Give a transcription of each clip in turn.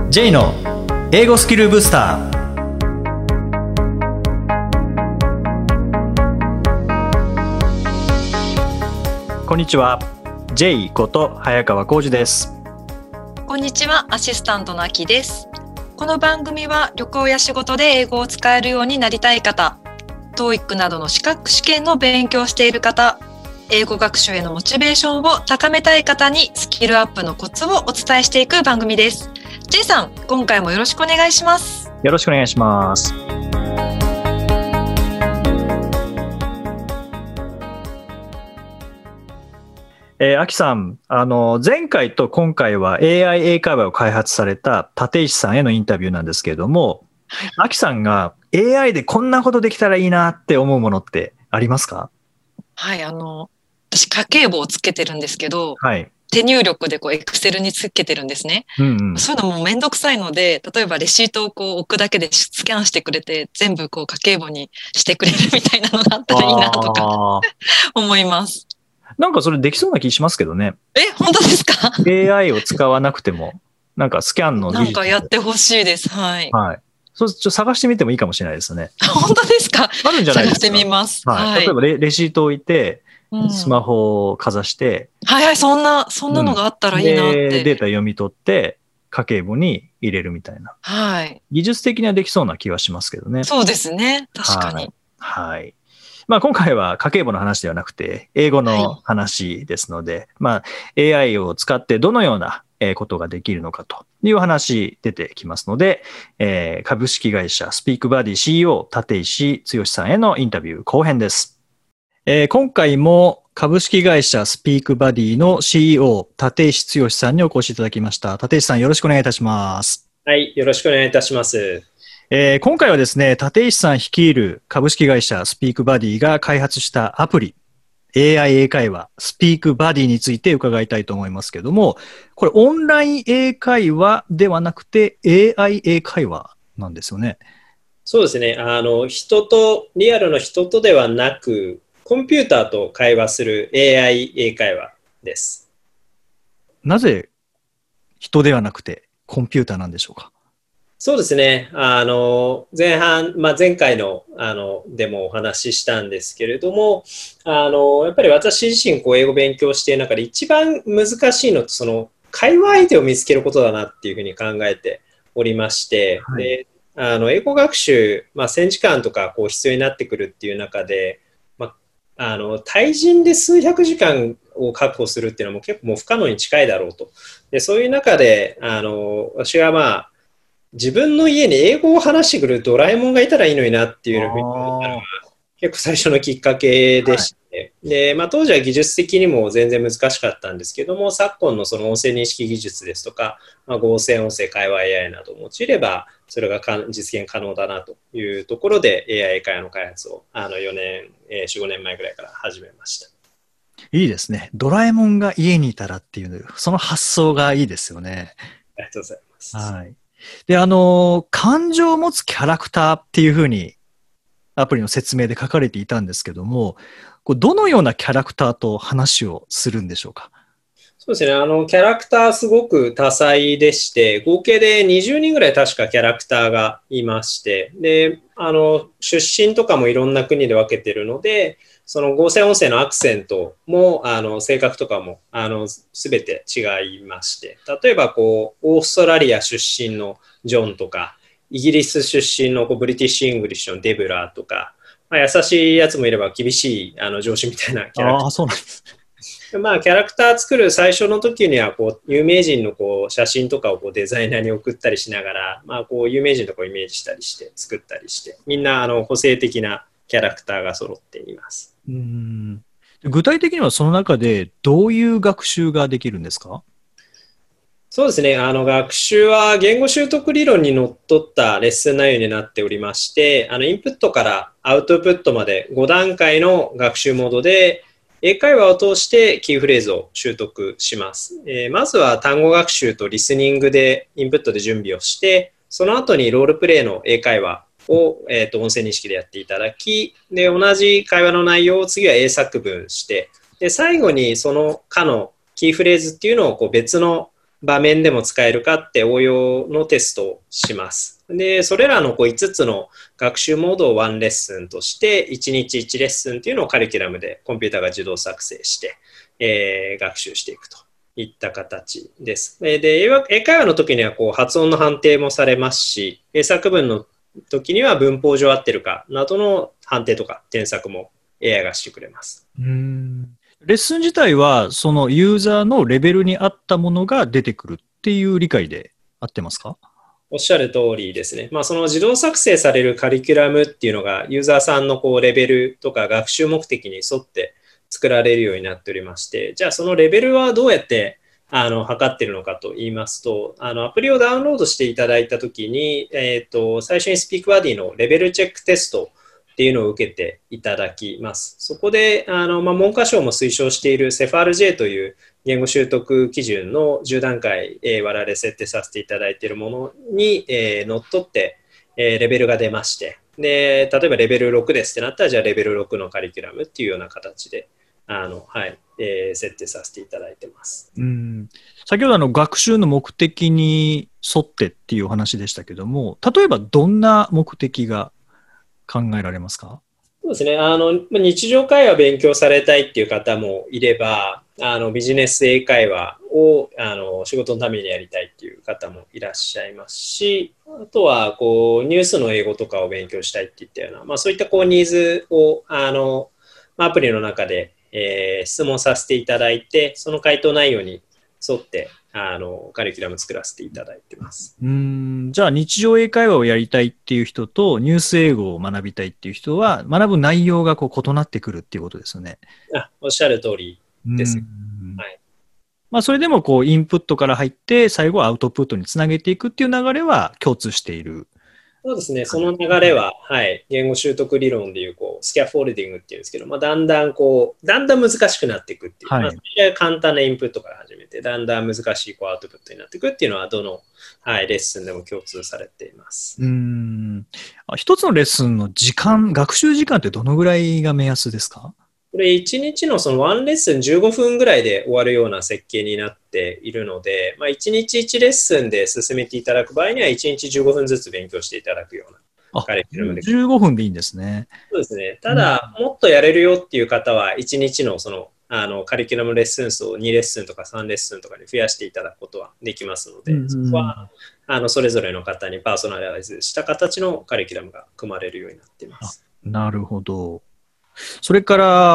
J の英語スキルブスター。こんにちは。 J こと早川浩二です。 こんにちは、アシスタントのあきです。この番組は旅行や仕事で英語を使えるようになりたい方、TOEIC などの資格試験の勉強をしている方、英語学習へのモチベーションを高めたい方にスキルアップのコツをお伝えしていく番組です。J さん、今回もよろしくお願いします。 よろしくお願いします。あきさん、前回と今回は AI 英会話を開発された立石さんへのインタビューなんですけれども、あきさんが AI でこんなことできたらいいなって思うものってありますか？ はい、私家計簿をつけてるんですけど、 はい。 手入力でExcel につけてるんですね。そういうのもめんどくさいので、例えばレシートを置くだけでスキャンしてくれて、全部家計簿にしてくれるみたいなのがあったらいいなとか思います。 なんかそれできそうな気しますけどね。 本当ですか？ AI を使わなくても、なんかスキャンの技術。 なんかやってほしいです。はい。 はい。そうちょっと探してみてもいいかもしれないですね。 本当ですか？ あるんじゃないですか。 探してみます。 はい。例えばレシートを置いて、スマホをかざして、 はいはい、そんなのがあったらいいなって。 で、データ読み取って、家計簿に入れるみたいな。 はい。 技術的にはできそうな気はしますけどね。 そうですね。確かに。 はい。まあ今回は家計簿の話ではなくて、英語の話ですので、まあ AI を使ってどのようなことができるのかという話出てきますので、株式会社スピークバディ CEO 立石剛さんへのインタビュー後編です。今回も株式会社スピークバディの CEO 立石剛さんにお越しいただきました。立石さん、よろしくお願いいたします。 はい、よろしくお願いいたします。 今回はですね、立石さん率いる株式会社スピークバディが開発したアプリ、AI 英会話スピークバディについて伺いたいと思いますけども、これオンライン英会話ではなくて AI 英会話なんですよね。 そうですね。リアルの人とではなく、コンピューターと会話する AI 英会話です。 なぜ人ではなくてコンピューターなんでしょうか？ そうですね。前回の、でもお話ししたんですけれども、やっぱり私自身、英語勉強している中で一番難しいのって、会話相手を見つけることだなっていうふうに考えておりまして、 はい、 で英語学習、1000時間とか必要になってくるっていう中で、対人で数百時間を確保するっていうのはもう結構もう不可能に近いだろうと。でそういう中で、私は自分の家に英語を話してくるドラえもんがいたらいいのになっていうふうに思ったのが結構最初のきっかけでして、で当時は技術的にも全然難しかったんですけども、昨今のその音声認識技術ですとか、合成音声会話 AI などを用いれば、それが実現可能だなというところで AI 英会話の開発を4、5年前ぐらいから始めました。 いいですね。ドラえもんが家にいたらっていう、その発想がいいですよね。 ありがとうございます。 はい。で、感情を持つキャラクターっていうふうにアプリの説明で書かれていたんですけども、どのようなキャラクターと話をするんでしょうか？ そうですね。キャラクターすごく多彩でして、合計で20人ぐらい確かキャラクターがいまして、で、出身とかもいろんな国で分けてるので、その合成音声のアクセントも、性格とかも、すべて違いまして、例えば、オーストラリア出身のジョンとか、イギリス出身のブリティッシュ・イングリッシュのデブラーとか、優しいやつもいれば厳しい上司みたいなキャラクター。 そうなんです。 キャラクター作る最初の時には有名人の写真とかをデザイナーに送ったりしながら、有名人とかをイメージしたりして作ったりして、みんな個性的なキャラクターが揃っています。 具体的にはその中でどういう学習ができるんですか？ そうですね。学習は言語習得理論にのっとったレッスン内容になっておりまして、インプットからアウトプットまで5段階の学習モードで、英会話を通してキーフレーズを習得します。まずは単語学習とリスニングでインプットで準備をして、その後にロールプレイの英会話を、音声認識でやっていただき、で、同じ会話の内容を次は英作文して、で、最後にその他のキーフレーズっていうのを別の場面でも使えるかって応用のテストをします。で、それらの5つの学習モードをワンレッスンとして、1日1レッスンっていうのをカリキュラムでコンピューターが自動作成して、学習していくといった形です。で、英会話の時には発音の判定もされますし、英作文の時には文法上合ってるかなどの判定とか添削も AI がしてくれます。 レッスン自体はそのユーザーのレベルに合ったものが出てくるっていう理解で合ってますか？ おっしゃる通りですね。その自動作成されるカリキュラムっていうのがユーザーさんのレベルとか学習目的に沿って作られるようになっておりまして、じゃあそのレベルはどうやって測っているのかと言いますと、アプリをダウンロードしていただいたときに、最初にSpeakBuddyのレベルチェックテストっていうのを受けていただきます。そこで、文科省も推奨している CEFARJ という言語習得基準の10段階、我々設定させていただいているものに、のっとって、レベルが出まして、で、例えばレベル6ですってなったら、じゃあレベル6のカリキュラムっていうような形で、設定させていただいてます。 先ほど学習の目的に沿ってっていうお話でしたけども、例えばどんな目的が考えられますか？ そうですね。日常会話勉強されたいっていう方もいれば、ビジネス英会話を仕事のためにやりたいっていう方もいらっしゃいますし、あとはニュースの英語とかを勉強したいっていったような、そういったニーズをアプリの中で質問させていただいて、その回答内容に沿ってカリキュラム作らせていただいてます。 じゃあ日常英会話をやりたいっていう人とニュース英語を学びたいっていう人は学ぶ内容が異なってくるっていうことですよね。 おっしゃる通りです。 それでもインプットから入って最後アウトプットにつなげていくっていう流れは共通している。 そうですね。その流れは、言語習得理論でいうスキャフォールディングっていうんですけど、だんだん難しくなっていくっていう、簡単なインプットから始めて、だんだん難しいアウトプットになっていくっていうのは、どの、レッスンでも共通されています。 一つのレッスンの学習時間ってどのぐらいが目安ですか？ これ1日のその1レッスン15分ぐらいで終わるような設計になっているので、1日1レッスンで進めていただく場合には1日15分ずつ勉強していただくようなカリキュラムで。 15分でいいんですね。 そうですね。ただ、もっとやれるよっていう方は1日のそのカリキュラムレッスン数を2レッスンとか3レッスンとかに増やしていただくことはできますので、そこはそれぞれの方にパーソナライズした形のカリキュラムが組まれるようになっています。 なるほど。それから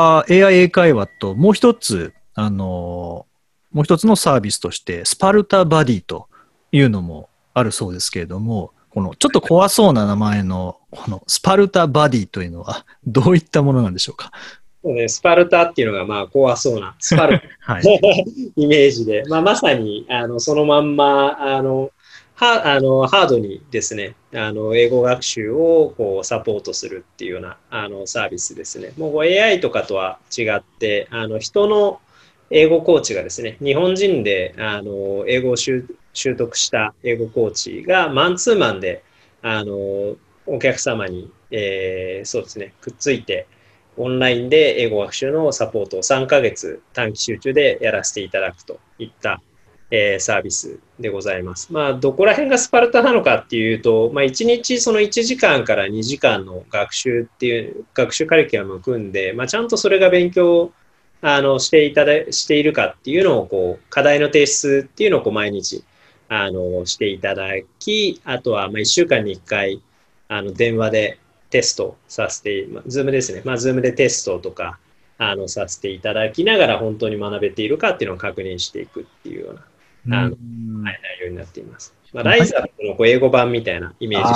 AI 英会話ともう一つのサービスとしてスパルタバディというのもあるそうですけれども、このちょっと怖そうな名前のこのスパルタバディというのはどういったものなんでしょうか？ そうね、スパルタっていうのが怖そうなスパルタ、イメージで、まさにそのまんまハードにですね、英語学習をサポートするっていうようなサービスですね。もう AI とかとは違って、人の英語コーチがですね、日本人で英語を習得した英語コーチがマンツーマンでお客様に、そうですね、くっついてオンラインで英語学習のサポートを3ヶ月短期集中でやらせていただくといったサービスでございます。どこら辺がスパルタなのかっていうと、1日その1時間から2時間の学習カリキュラムを組んで、ちゃんとそれが勉強しているかっていうのを課題の提出っていうのを毎日していただき、あとは1週間に1回電話でテストさせて、Zoom ですね。Zoom でテストとかさせていただきながら本当に学べているかっていうのを確認していくっていうような内容になっています。ライザップの英語版みたいなイメージして。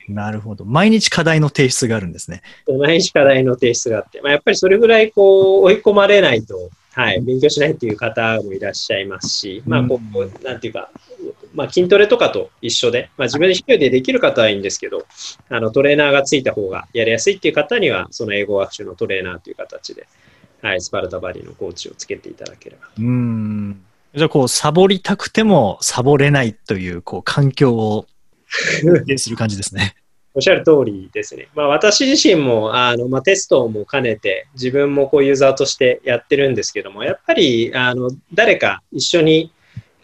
なるほど。毎日課題の提出があるんですね。 毎日課題の提出があって、やっぱりそれぐらい追い込まれないと、勉強しないっていう方もいらっしゃいますし、なんていうか、筋トレとかと一緒で、自分で一人でできる方はいいんですけど、トレーナーがついた方がやりやすいっていう方には、その英語学習のトレーナーという形で、スパルタバディのコーチをつけていただければ。 じゃあサボりたくてもサボれないという環境を設定する感じですね。 おっしゃる通りですね。私自身もテストも兼ねて自分もユーザーとしてやってるんですけども、やっぱり誰か一緒に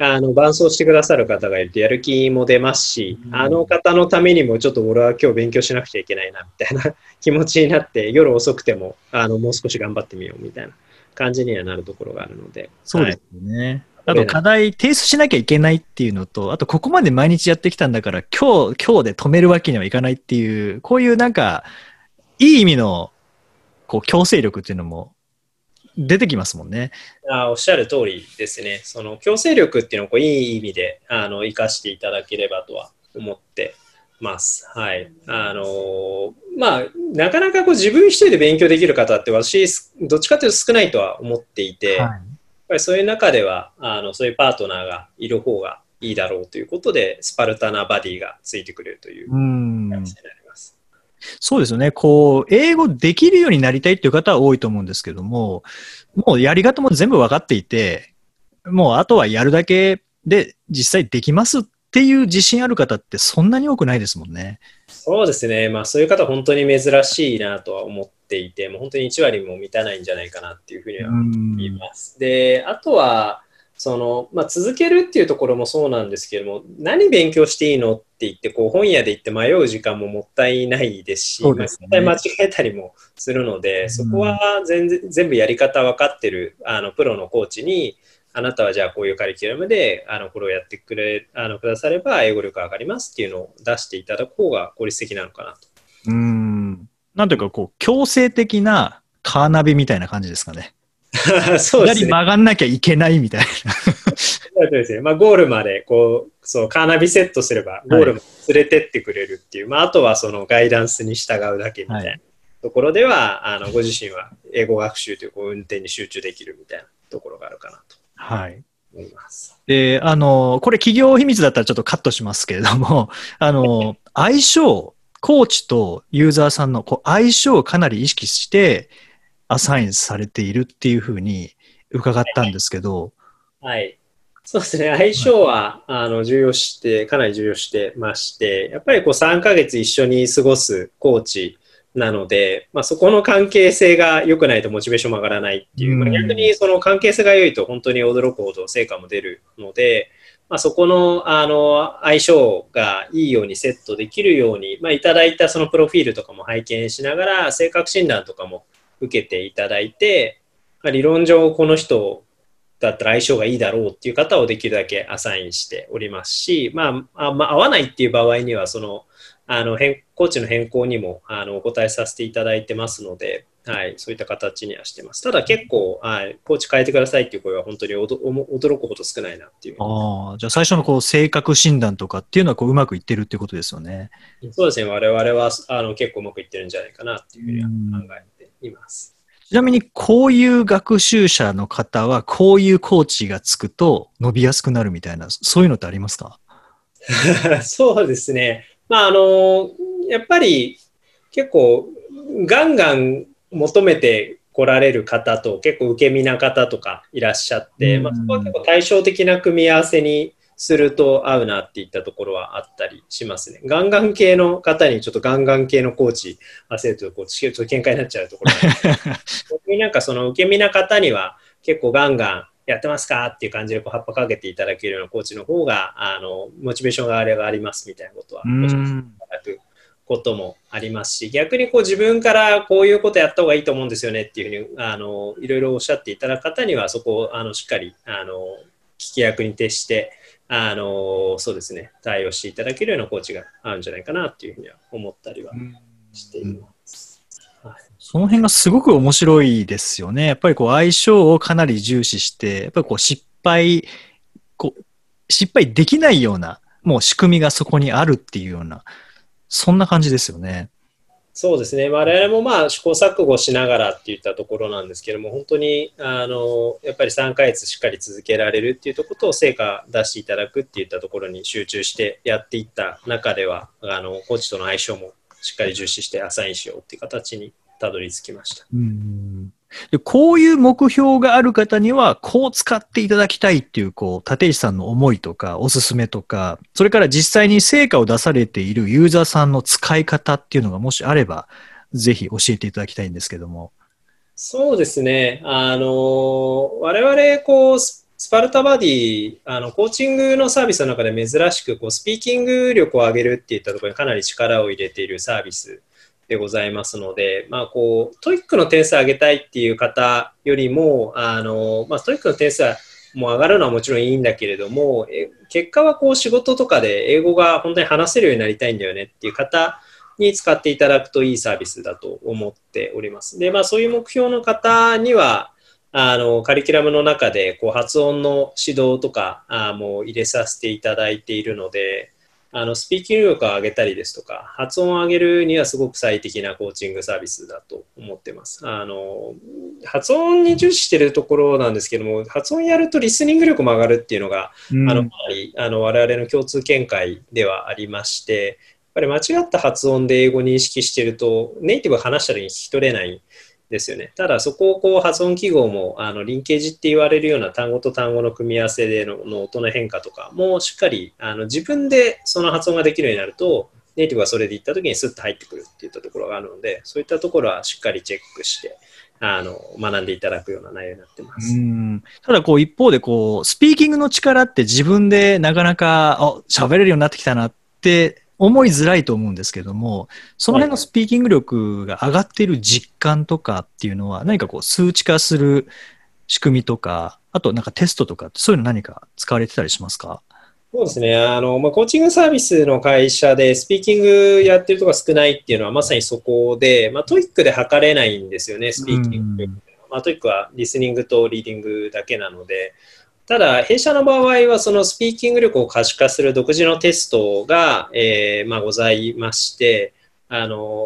伴走してくださる方がいるとやる気も出ますし、あの方のためにもちょっと俺は今日勉強しなくちゃいけないなみたいな気持ちになって、夜遅くてももう少し頑張ってみようみたいな感じにはなるところがあるので。 そうですよね。あと課題提出しなきゃいけないっていうのと、あとここまで毎日やってきたんだから今日で止めるわけにはいかないっていう、こういうなんかいい意味のこう強制力っていうのも出てきますもんね。 おっしゃる通りですね。その強制力っていうのをこういい意味で生かしていただければとは思ってます。はい。まあ、なかなかこう自分一人で勉強できる方って私、どっちかというと少ないとは思っていて、はい、やっぱりそういう中ではそういうパートナーがいる方がいいだろうということで、スパルタなバディがついてくれるという感じになります。 そうですよね。こう、英語できるようになりたいっていう方は多いと思うんですけども、もうやり方も全部分かっていて、もうあとはやるだけで実際できますっていう自信ある方ってそんなに多くないですもんね。 そうですね。まあそういう方本当に珍しいなとは思っていて、もう本当に1割も満たないんじゃないかなっていうふうには言います。で、あとは、続けるっていうところもそうなんですけども、何勉強していいのって言って、こう本屋で行って迷う時間ももったいないですし、間違えたりもするので、そこは全部やり方分かってるプロのコーチに、あなたはじゃあこういうカリキュラムでこれをやってくだされば英語力上がりますっていうのを出していただく方が効率的なのかなと。 なんというかこう強制的なカーナビみたいな感じですかね。 そうですね。 左曲がんなきゃいけないみたいな。 そうですね。まあ、ゴールまでそうカーナビセットすればゴールまで連れてってくれるっていう、あとはそのガイダンスに従うだけみたいなところでは、ご自身は英語学習という運転に集中できるみたいなところがあるかなと。 はい。 思います。 で、これ企業秘密だったらちょっとカットしますけれども、相性、コーチとユーザーさんの相性をかなり意識してアサインされているっていうふうに伺ったんですけど。 はい。そうですね。相性は、かなり重要してまして、やっぱり3ヶ月一緒に過ごすコーチなので、そこの関係性が良くないとモチベーションも上がらないっていう、逆にその関係性が良いと本当に驚くほど成果も出るので、そこの、相性がいいようにセットできるように、いただいたそのプロフィールとかも拝見しながら、性格診断とかも受けていただいて、理論上この人だったら相性がいいだろうっていう方をできるだけアサインしておりますし、合わないっていう場合には、コーチの変更にもお答えさせていただいてますので、はい、そういった形にはしてます。ただ結構、コーチ変えてくださいっていう声は本当に驚くほど少ないなっていう。 じゃあ最初の性格診断とかっていうのはうまくいってるっていうことですよね。 そうですね。我々は結構うまくいってるんじゃないかなっていうふうには考えています。 ちなみにこういう学習者の方はこういうコーチがつくと伸びやすくなるみたいな、そういうのってありますか？ そうですね。やっぱり結構ガンガン求めて来られる方と結構受け身な方とかいらっしゃって、そこは結構対照的な組み合わせにすると合うなっていったところはあったりしますね。ガンガン系の方にちょっとガンガン系のコーチ合わせるとちょっと喧嘩になっちゃうところ逆になんかその受け身な方には結構ガンガンやってますかっていう感じで葉っぱかけていただけるようなコーチの方がモチベーションが上がりますみたいなことはおっしゃっていただくこともありますし、逆に自分からこういうことやった方がいいと思うんですよねっていうふうにいろいろおっしゃっていただく方にはそこをしっかり聞き役に徹してそうですね、対応していただけるようなコーチがあるんじゃないかなっていうふうには思ったりはしています。 その辺がすごく面白いですよね。やっぱり相性をかなり重視して、やっぱり失敗できないようなもう仕組みがそこにあるっていうような、そんな感じですよね。 そうですね。我々も試行錯誤しながらっていったところなんですけども、本当にやっぱり3ヶ月しっかり続けられるっていうところと成果出していただくっていったところに集中してやっていった中では、コーチとの相性もしっかり重視してアサインしようっていう形にたどり着きました。 でこういう目標がある方にはこう使っていただきたいっていう立石さんの思いとかおすすめとか、それから実際に成果を出されているユーザーさんの使い方っていうのがもしあればぜひ教えていただきたいんですけども。 そうですね。我々スパルタバディ、コーチングのサービスの中で珍しく、スピーキング力を上げるっていったところにかなり力を入れているサービスでございますので、トイックの点数を上げたいっていう方よりも、トイックの点数も上がるのはもちろんいいんだけれども、結果は仕事とかで英語が本当に話せるようになりたいんだよねっていう方に使っていただくといいサービスだと思っております。で、そういう目標の方には、カリキュラムの中で発音の指導とかも入れさせていただいているので、スピーキング力を上げたりですとか、発音を上げるにはすごく最適なコーチングサービスだと思ってます。発音に重視しているところなんですけども、発音やるとリスニング力も上がるっていうのが、かなり我々の共通見解ではありまして、やっぱり間違った発音で英語を認識していると、ネイティブが話した時に聞き取れないですよね。ただそこを発音記号もリンケージって言われるような単語と単語の組み合わせでの音の変化とかもしっかり自分でその発音ができるようになると、ネイティブがそれで言った時にスッと入ってくるっていったところがあるので、そういったところはしっかりチェックして学んでいただくような内容になってます。 ただ一方でスピーキングの力って自分でなかなか喋れるようになってきたなって思いづらいと思うんですけども、その辺のスピーキング力が上がっている実感とかっていうのは何か数値化する仕組みとか、あとなんかテストとかそういうの何か使われてたりしますか？ そうですね。コーチングサービスの会社でスピーキングやってるところが少ないっていうのはまさにそこで、トイックで測れないんですよね、スピーキング。トイックはリスニングとリーディングだけなので、ただ、弊社の場合はそのスピーキング力を可視化する独自のテストが、ございまして、我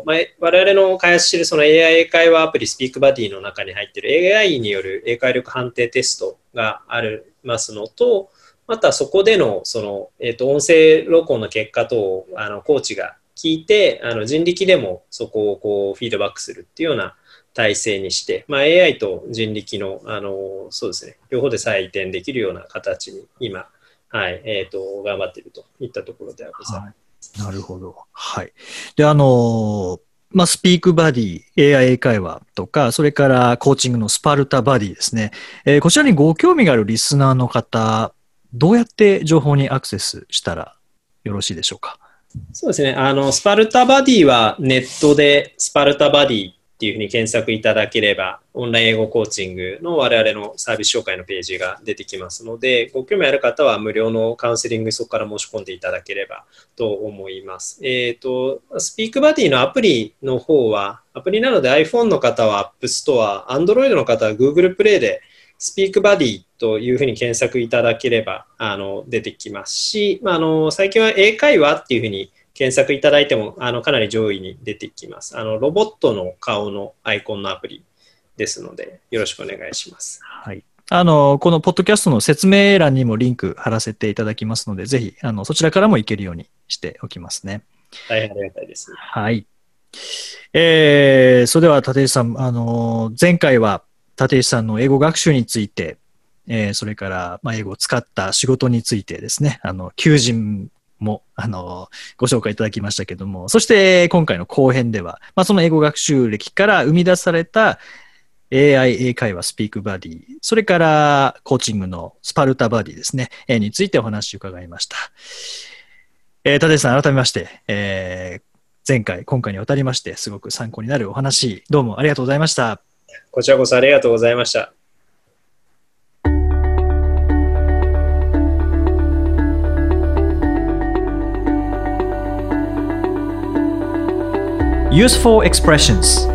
々の開発しているその AI 英会話アプリスピークバディの中に入っている AI による英会力判定テストがありますのと、またそこでの音声録音の結果等をコーチが聞いて人力でもそこをフィードバックするっていうような体制にして、AI と人力のそうですね、両方で採点できるような形に今、頑張っているといったところではございます。 なるほど。はい。で、スピークバディ、AI 英会話とか、それからコーチングのスパルタバディですね。こちらにご興味があるリスナーの方、どうやって情報にアクセスしたらよろしいでしょうか？ そうですね。スパルタバディはネットでスパルタバディっていうふうに検索いただければ、オンライン英語コーチングの我々のサービス紹介のページが出てきますので、ご興味ある方は無料のカウンセリングそこから申し込んでいただければと思います。スピークバディのアプリの方は、アプリなので iPhone の方は App Store、Android の方は Google Play でスピークバディというふうに検索いただければ出てきますし、最近は英会話っていうふうに検索いただいてもかなり上位に出てきます。ロボットの顔のアイコンのアプリですので、よろしくお願いします。 はい。このポッドキャストの説明欄にもリンク貼らせていただきますので、ぜひそちらからも行けるようにしておきますね。 大変ありがたいです。 はい。それでは立石さん、前回は立石さんの英語学習について、それから英語を使った仕事についてですね、求人もご紹介いただきましたけども、そして今回の後編では、その英語学習歴から生み出された AI 英会話スピークバディ、それからコーチングのスパルタバディですね、についてお話を伺いました。立石さん、改めまして、前回、今回にわたりまして、すごく参考になるお話、どうもありがとうございました。 こちらこそありがとうございました。 Useful expressions。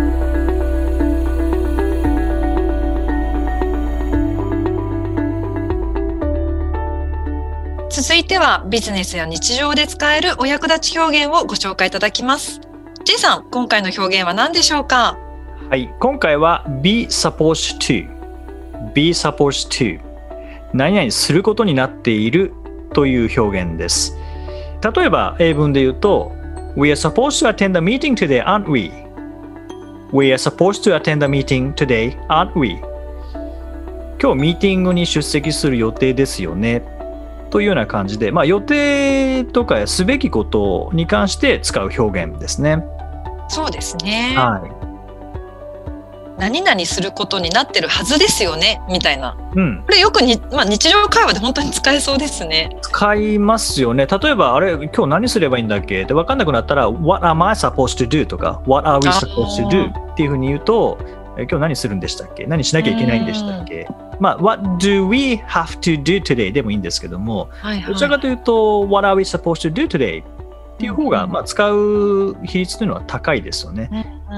続いてはビジネスや日常で使えるお役立ち表現をご紹介いただきます。J さん、今回の表現は何でしょうか？ はい、今回は be supposed to、be supposed to、何々することになっているという表現です。例えば英文で言うと、We are supposed to attend the meeting today, aren't we? We are supposed to attend the meeting today, aren't we? 今日ミーティングに出席する予定ですよね。というような感じで、予定とかすべきことに関して使う表現ですね。 そうですね。 はい。 何々することになってるはずですよねみたいな。 うん。 これよく日常会話で本当に使えそうですね。 使いますよね。例えば、あれ、今日何すればいいんだっけって分かんなくなったら、What am I supposed to do? とか、What are we supposed to do? っていうふうに言うと、今日何するんでしたっけ？何しなきゃいけないんでしたっけ？まあ、What do we have to do today? でもいいんですけども、どちらかというと、What are we supposed to do today? っていう方が、まあ、使う比率というのは高いですよね。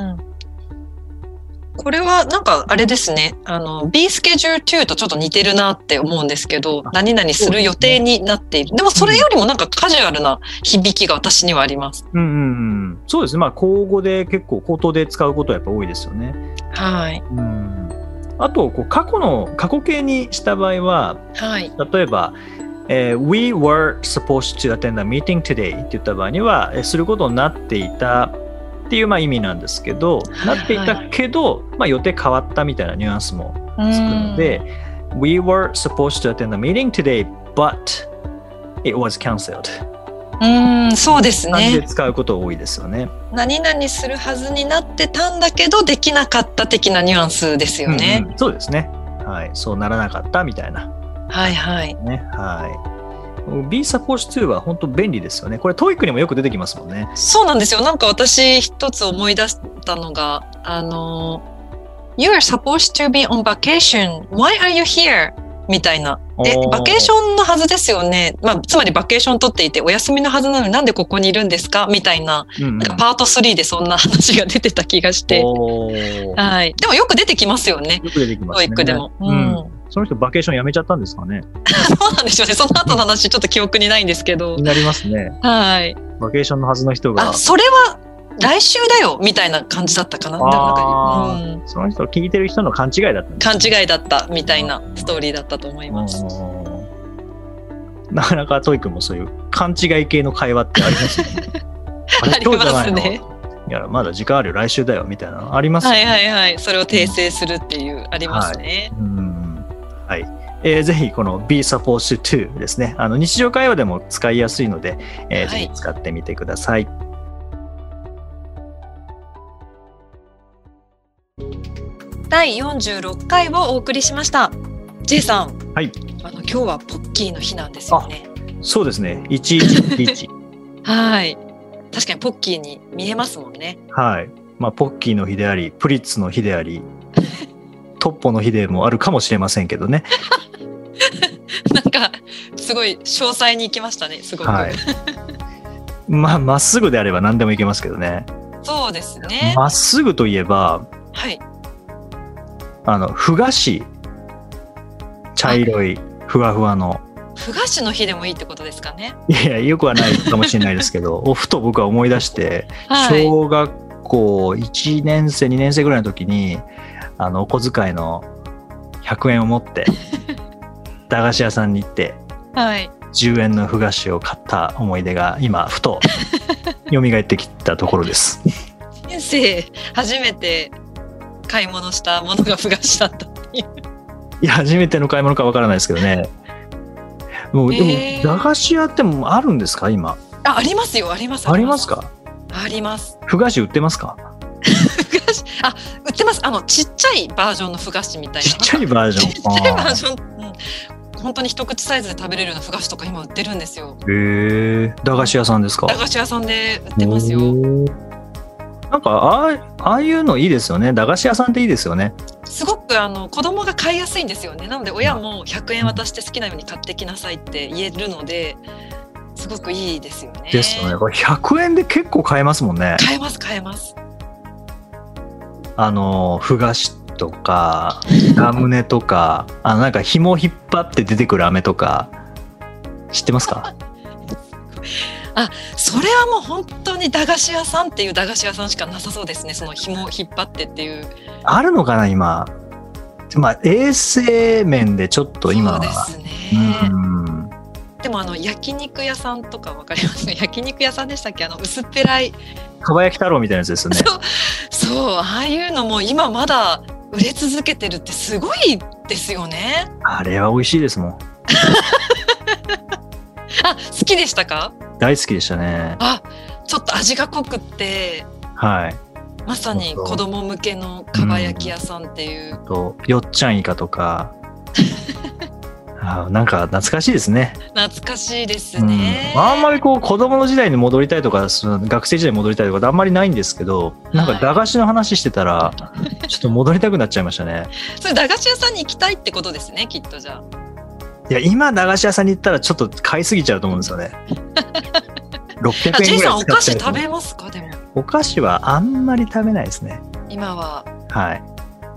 これはなんかあれですね、be schedule to とちょっと似てるなって思うんですけど、何々する予定になっている。でもそれよりもなんかカジュアルな響きが私にはあります。 そうですね。まあ、口語で結構口頭で使うことはやっぱ多いですよね。 はい。 あと、過去形にした場合は、 はい、 例えば、We were supposed to attend a meeting today って言った場合には、することになっていたっていうまあ意味なんですけど、なっていたけど、まあ、予定変わったみたいなニュアンスもつくので、We were supposed to attend a meeting today, but it was cancelled. そうですね。 で使うこと多いですよね。 何々するはずになってたんだけどできなかった的なニュアンスですよね。 そうですね。はい、そうならなかったみたいな。 はいはい。 ね、はい。be supposed to は本当便利ですよね。これ TOEIC にもよく出てきますもんね。 そうなんですよ。なんか私一つ思い出したのが、You are supposed to be on vacation. Why are you here? みたいな。バケーションのはずですよね。まあ、つまりバケーション取っていてお休みのはずなのになんでここにいるんですかみたいな、なんかパート3でそんな話が出てた気がして。はい。でもよく出てきますよね。 よく出てきますね。 TOEIC でも。 その人バケーションやめちゃったんですかね。 そうなんですよね。その後の話ちょっと記憶にないんですけど。 になりますね。 はい。 バケーションのはずの人が。 それは来週だよみたいな感じだったかな。 その人聞いてる人の勘違いだったんです、 ね。勘違いだったみたいなストーリーだったと思います。 なかなかTOEICもそういう勘違い系の会話ってありますね。 ありますね。 いやまだ時間あるよ来週だよみたいなのありますね。 はいはいはい。それを訂正するっていうありますね。 はい。ぜひこの be supposed to ですね。日常会話でも使いやすいので、ぜひ使ってみてください。 第46回をお送りしました。J さん。 はい。 今日はポッキーの日なんですよね。 そうですね。1111。 はい。確かにポッキーに見えますもんね。 はい。まあポッキーの日であり、プリッツの日であり。トッポの日でもあるかもしれませんけどね。 なんかすごい詳細に行きましたね。すごく。はい、 まっすぐであれば何でもいけますけどね。 そうですね。 まっすぐといえば、 はい。 ふ菓子、茶色いふわふわの。 ふ菓子の日でもいいってことですかね。 いやよくはないかもしれないですけど、ふと僕は思い出して、はい、小学校1年生2年生ぐらいの時に。お小遣いの100円を持って駄菓子屋さんに行って、はい、10円のふ菓子を買った思い出が今ふと蘇ってきたところです。 人生初めて買い物したものがふ菓子だったっていう。 いや初めての買い物かわからないですけどね。もうでも駄菓子屋ってもあるんですか今。 ありますよあります。 ありますか。 あります。 ふ菓子売ってますか。 売ってます。ちっちゃいバージョンのふ菓子みたいな。 ちっちゃいバージョン。 ちっちゃいバージョン。本当に一口サイズで食べれるようなふ菓子とか今売ってるんですよ。 駄菓子屋さんですか。 駄菓子屋さんで売ってますよ。 なんかああいうのいいですよね。駄菓子屋さんっていいですよね。 すごく子供が買いやすいんですよね。なので親も100円渡して好きなように買ってきなさいって言えるので。すごくいいですよね。 ですよね。これ100円で結構買えますもんね。 買えます。 ふ菓子とかラムネとかなんか紐引っ張って出てくる飴とか知ってますか。 それはもう本当に駄菓子屋さんっていう駄菓子屋さんしかなさそうですね。その紐引っ張ってっていうあるのかな今。まあ衛生面でちょっと今はそうですね。でも焼肉屋さんとかわかりますね。焼肉屋さんでしたっけ。薄っぺらいかば焼き太郎みたいなやつですよね。 そうああいうのも今まだ売れ続けてるってすごいですよね。 あれは美味しいですもん。 好きでしたか。 大好きでしたね。 ちょっと味が濃くって、 はい。 まさに子供向けのかば焼き屋さんっていう。 とよっちゃんイカとかなんか懐かしいですね。 懐かしいですね。 あんまりこう子供の時代に戻りたいとか、学生時代に戻りたいとかあんまりないんですけど、なんか駄菓子の話してたら、ちょっと戻りたくなっちゃいましたね。 それ駄菓子屋さんに行きたいってことですね、きっとじゃあ。 いや、今駄菓子屋さんに行ったらちょっと買いすぎちゃうと思うんですよね。600円ぐらい使ってる。 ジェイさんお菓子食べますか？でもお菓子はあんまり食べないですね。 今は。 はい。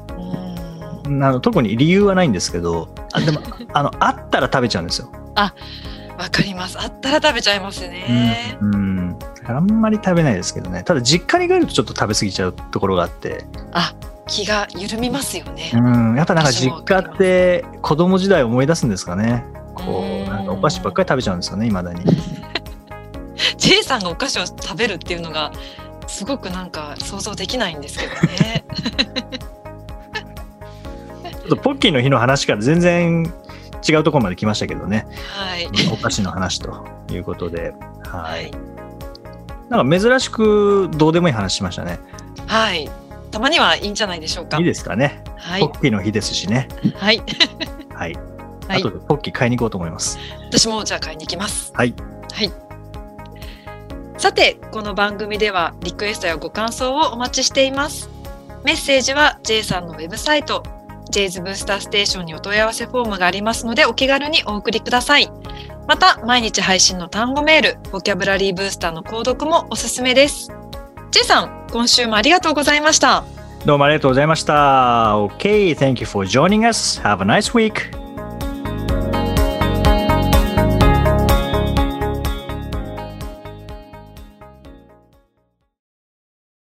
特に理由はないんですけど、でもあったら食べちゃうんですよ。 わかります。あったら食べちゃいますね。 あんまり食べないですけどね。ただ実家に帰るとちょっと食べ過ぎちゃうところがあって。 気が緩みますよね。 やっぱなんか実家って子供時代を思い出すんですかね。こうなんかお菓子ばっかり食べちゃうんですよね、未だに。 ジェイさんがお菓子を食べるっていうのがすごくなんか想像できないんですけどね。 ちょっとポッキーの日の話から全然違うところまで来ましたけどね。 はい。 お菓子の話ということで、はい。なんか珍しくどうでもいい話しましたね。 はい。たまにはいいんじゃないでしょうか。 いいですかね。 はい。 ポッキーの日ですしね。 はい。 はい。あとでポッキー買いに行こうと思います。 私もじゃあ買いに行きます。 はい。 はい。さて、この番組ではリクエストやご感想をお待ちしています。メッセージは J さんのウェブサイト、J's ブースターステーションにお問い合わせフォームがありますので、お気軽にお送りください。また、毎日配信の単語メール、ボキャブラリーブースターの購読もおすすめです。J さん、今週もありがとうございました。 どうもありがとうございました。Okay, thank you for joining us. Have a nice week.